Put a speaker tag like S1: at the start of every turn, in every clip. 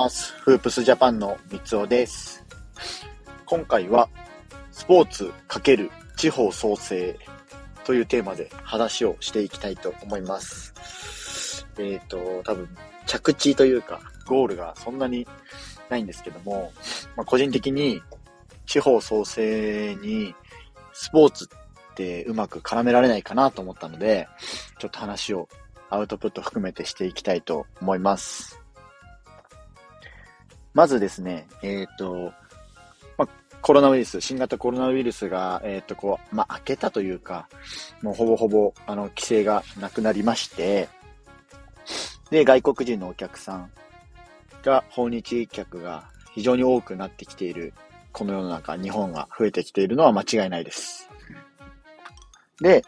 S1: ますフープスジャパンの三尾です。今回はスポーツ×地方創生というテーマで話をしていきたいと思います。多分着地というかゴールがそんなにないんですけども、個人的に地方創生にスポーツってうまく絡められないかなと思ったので、ちょっと話をアウトプット含めてしていきたいと思います。まずですね、コロナウイルス、新型コロナウイルスが、明けたというか、もうほぼほぼ、規制がなくなりまして、で、外国人のお客さんが、訪日客が非常に多くなってきている、この世の中、日本が増えてきているのは間違いないです。で、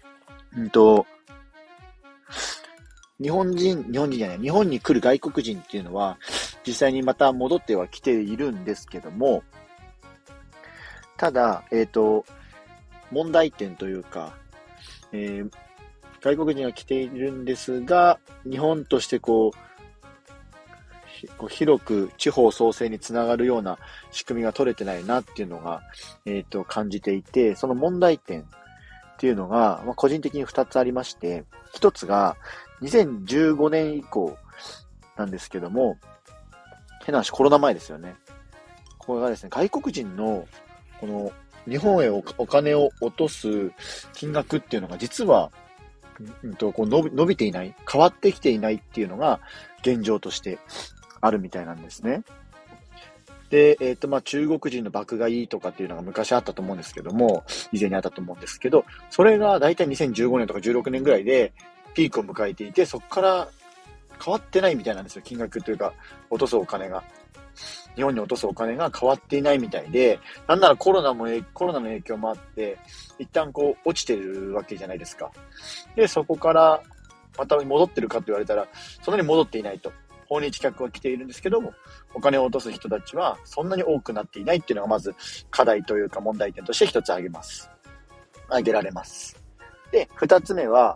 S1: 日本に来る外国人っていうのは、実際にまた戻ってはきているんですけども、ただ、問題点というか、外国人が来ているんですが、日本として広く地方創生につながるような仕組みが取れてないなっていうのが、感じていて、その問題点っていうのが、個人的に2つありまして、1つが2015年以降なんですけども、変な話、コロナ前ですよね。これがですね、外国人のこの日本へお金を落とす金額っていうのが実は、伸びていない、変わってきていないっていうのが現状としてあるみたいなんですね。で、中国人の爆買いとかっていうのが昔あったと思うんですけども、以前にあったと思うんですけど、それがだいたい2015年とか16年ぐらいでピークを迎えていて、そこから変わってないみたいなんですよ。金額というか、落とすお金が。日本に落とすお金が変わっていないみたいで、なんならコロナの影響もあって、一旦落ちてるわけじゃないですか。で、そこからまた戻ってるかと言われたら、そんなに戻っていないと。訪日客は来ているんですけども、お金を落とす人たちはそんなに多くなっていないっていうのがまず課題というか問題点として一つ挙げられます。で、二つ目は、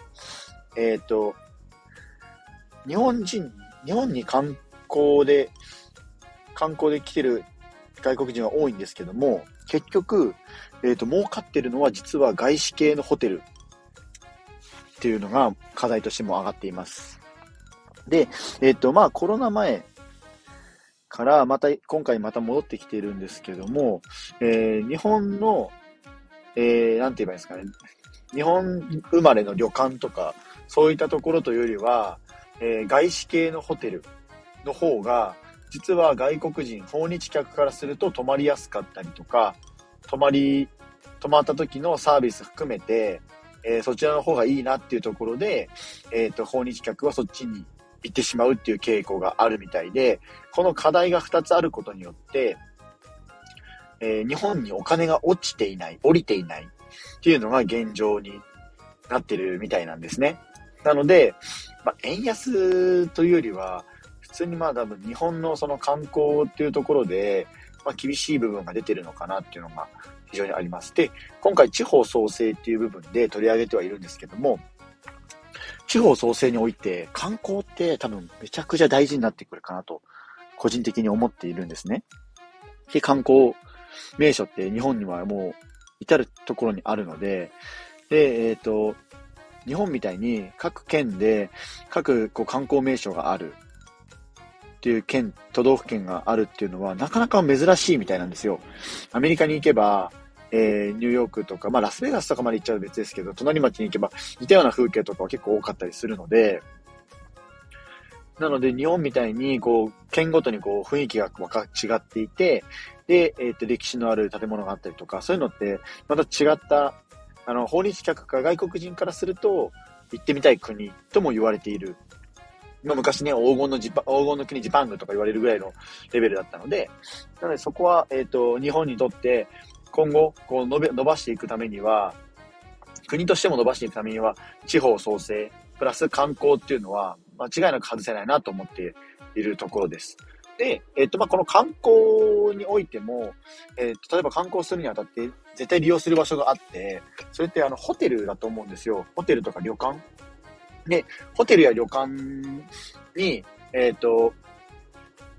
S1: 日本に観光で来てる外国人は多いんですけども、結局、儲かってるのは実は外資系のホテルっていうのが課題としても上がっています。で、コロナ前から今回また戻ってきているんですけども、日本の、なんて言えばいいですかね、日本生まれの旅館とか、そういったところというよりは、外資系のホテルの方が、実は外国人、訪日客からすると泊まりやすかったりとか、泊まった時のサービス含めて、そちらの方がいいなっていうところで、訪日客はそっちに行ってしまうっていう傾向があるみたいで、この課題が2つあることによって、日本にお金が降りていないっていうのが現状になってるみたいなんですね。なので、円安というよりは、普通に多分日本のその観光っていうところで、厳しい部分が出てるのかなっていうのが非常にあります。で、今回地方創生っていう部分で取り上げてはいるんですけども、地方創生において観光って多分めちゃくちゃ大事になってくるかなと個人的に思っているんですね。で、観光名所って日本にはもう至るところにあるので、で、日本みたいに各県で各観光名所があるっていう都道府県があるっていうのはなかなか珍しいみたいなんですよ。アメリカに行けば、ニューヨークとか、ラスベガスとかまで行っちゃうと別ですけど、隣町に行けば似たような風景とかは結構多かったりするので、なので日本みたいに県ごとに雰囲気が違っていて、で、歴史のある建物があったりとか、そういうのってまた違った、訪日客か外国人からすると行ってみたい国とも言われている。昔ね、黄金の国ジパングとか言われるぐらいのレベルだったので、なのでそこは、日本にとって今後、伸ばしていくためには、国としても伸ばしていくためには、地方創生、プラス観光っていうのは、間違いなく外せないなと思っているところです。で、この観光においても、例えば観光するにあたって、絶対利用する場所があって、それってホテルだと思うんですよ。ホテルとか旅館で、ホテルや旅館に、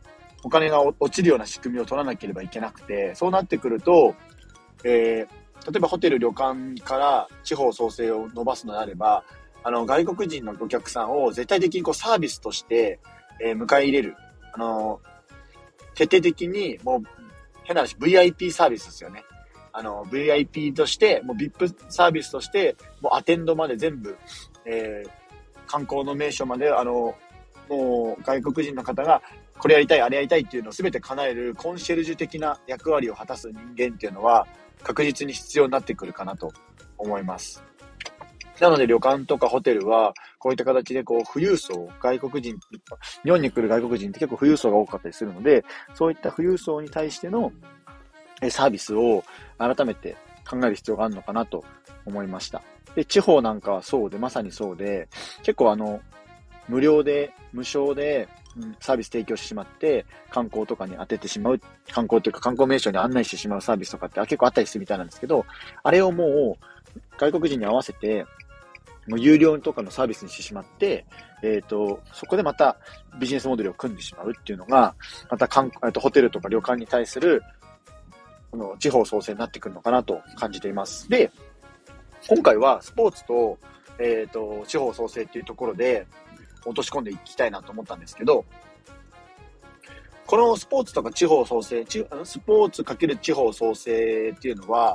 S1: お金が落ちるような仕組みを取らなければいけなくて、そうなってくると、例えばホテル旅館から地方創生を伸ばすのであれば、外国人のお客さんを絶対的にこうサービスとして、迎え入れる。徹底的にもう変な話、VIP サービスですよね。VIP として、もう VIP サービスとして、もうアテンドまで全部、観光の名所まで、もう外国人の方がこれやりたい、あれやりたいっていうのを全て叶えるコンシェルジュ的な役割を果たす人間っていうのは確実に必要になってくるかなと思います。なので旅館とかホテルはこういった形でこう富裕層、外国人、日本に来る外国人って結構富裕層が多かったりするので、そういった富裕層に対してのサービスを改めて考える必要があるのかなと思いました。で、地方なんかはそうで、まさにそうで、結構無償で、サービス提供してしまって、観光とかに当ててしまう、観光というか観光名所に案内してしまうサービスとかって結構あったりするみたいなんですけど、あれをもう外国人に合わせて、もう有料とかのサービスにしてしまって、そこでまたビジネスモデルを組んでしまうっていうのが、またホテルとか旅館に対する、地方創生になってくるのかなと感じています。で、今回はスポーツと、地方創生っていうところで落とし込んでいきたいなと思ったんですけど、このスポーツとか地方創生、スポーツ×地方創生っていうのは、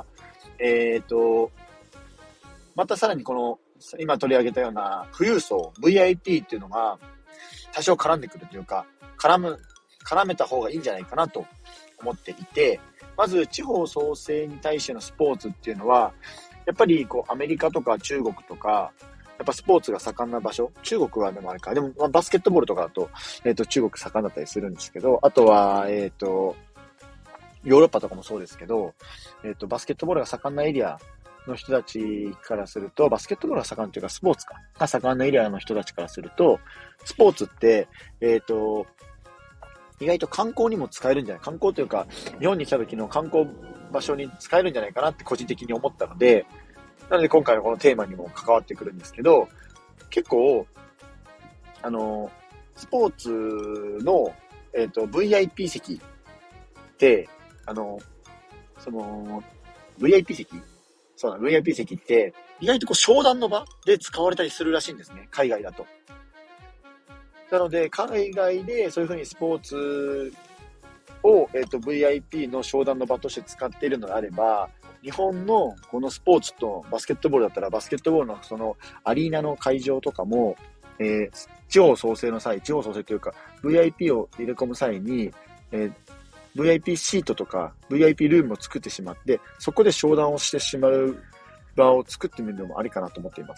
S1: またさらにこの、今取り上げたような富裕層、VIP っていうのが多少絡んでくるというか、絡めた方がいいんじゃないかなと思っていて、まず地方創生に対してのスポーツっていうのは、やっぱりこうアメリカとか中国とか、やっぱスポーツが盛んな場所、中国はでもあれか、でもバスケットボールとかだと、中国盛んだったりするんですけど、あとは、ヨーロッパとかもそうですけど、バスケットボールが盛んなエリアの人たちからすると、バスケットボールが盛んというかスポーツが盛んなエリアの人たちからすると、スポーツって、意外と観光にも使えるんじゃない、観光というか、日本に来た時の観光場所に使えるんじゃないかなって個人的に思ったので、なので今回のこのテーマにも関わってくるんですけど、結構、スポーツの、VIP 席って、VIP 席そうだ、VIP 席って、意外とこう商談の場で使われたりするらしいんですね、海外だと。なので、海外でそういうふうにスポーツを、VIP の商談の場として使っているのであれば、日本のこのスポーツとバスケットボールだったら、バスケットボールのそのアリーナの会場とかも、地方創生というか、VIP を入れ込む際に、VIP シートとか VIP ルームを作ってしまって、そこで商談をしてしまう場を作ってみるのもありかなと思っています。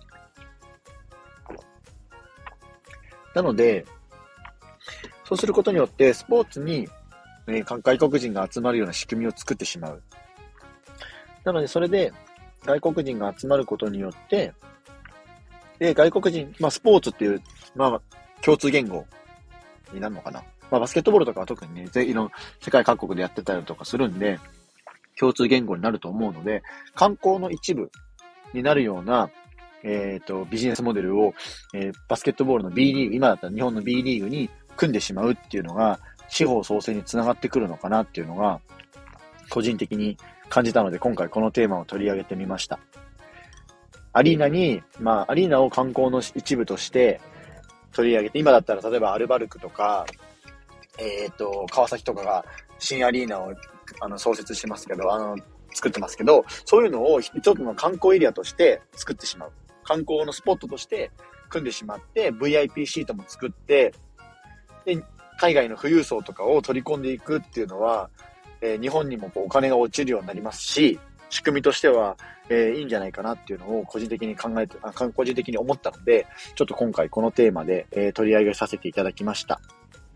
S1: なので、そうすることによってスポーツに、外国人が集まるような仕組みを作ってしまう。なので、それで外国人が集まることによって、で、外国人、スポーツっていう、共通言語になるのかな。バスケットボールとかは特にね、世界各国でやってたりとかするんで、共通言語になると思うので、観光の一部になるような、ビジネスモデルを、バスケットボールの B リーグ、今だったら日本の B リーグに組んでしまうっていうのが、地方創生につながってくるのかなっていうのが、個人的に感じたので、今回このテーマを取り上げてみました。アリーナを観光の一部として取り上げて、今だったら例えばアルバルクとか、川崎とかが新アリーナを創設してますけど、作ってますけど、そういうのを一つの観光エリアとして作ってしまう。観光のスポットとして組んでしまって、VIP シートも作って、で、海外の富裕層とかを取り込んでいくっていうのは、日本にもお金が落ちるようになりますし、仕組みとしては、いいんじゃないかなっていうのを個人的に思ったので、ちょっと今回このテーマで、取り上げさせていただきました。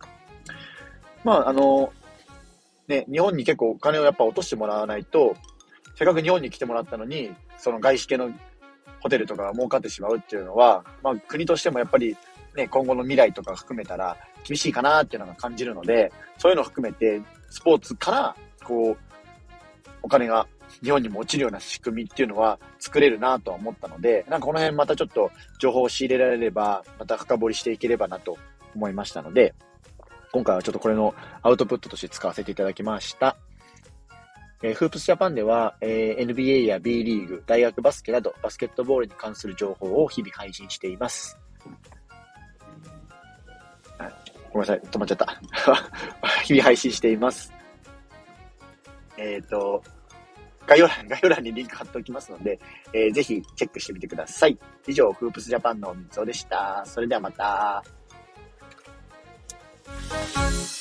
S1: 日本に結構お金をやっぱ落としてもらわないと、せっかく日本に来てもらったのに、その外資系のホテルとかが儲かってしまうっていうのは、国としてもやっぱりね、今後の未来とか含めたら厳しいかなっていうのが感じるので、そういうのを含めて、スポーツから、お金が日本にも落ちるような仕組みっていうのは作れるなとは思ったので、この辺またちょっと情報を仕入れられれば、また深掘りしていければなと思いましたので、 今回はちょっとこれのアウトプットとして使わせていただきました。フープスジャパンでは、NBA や B リーグ、大学バスケなどバスケットボールに関する情報を日々配信しています。ごめんなさい、止まっちゃった。日々配信しています。概要欄にリンク貼っておきますので、ぜひチェックしてみてください。以上、フープスジャパンのみつおでした。それではまた。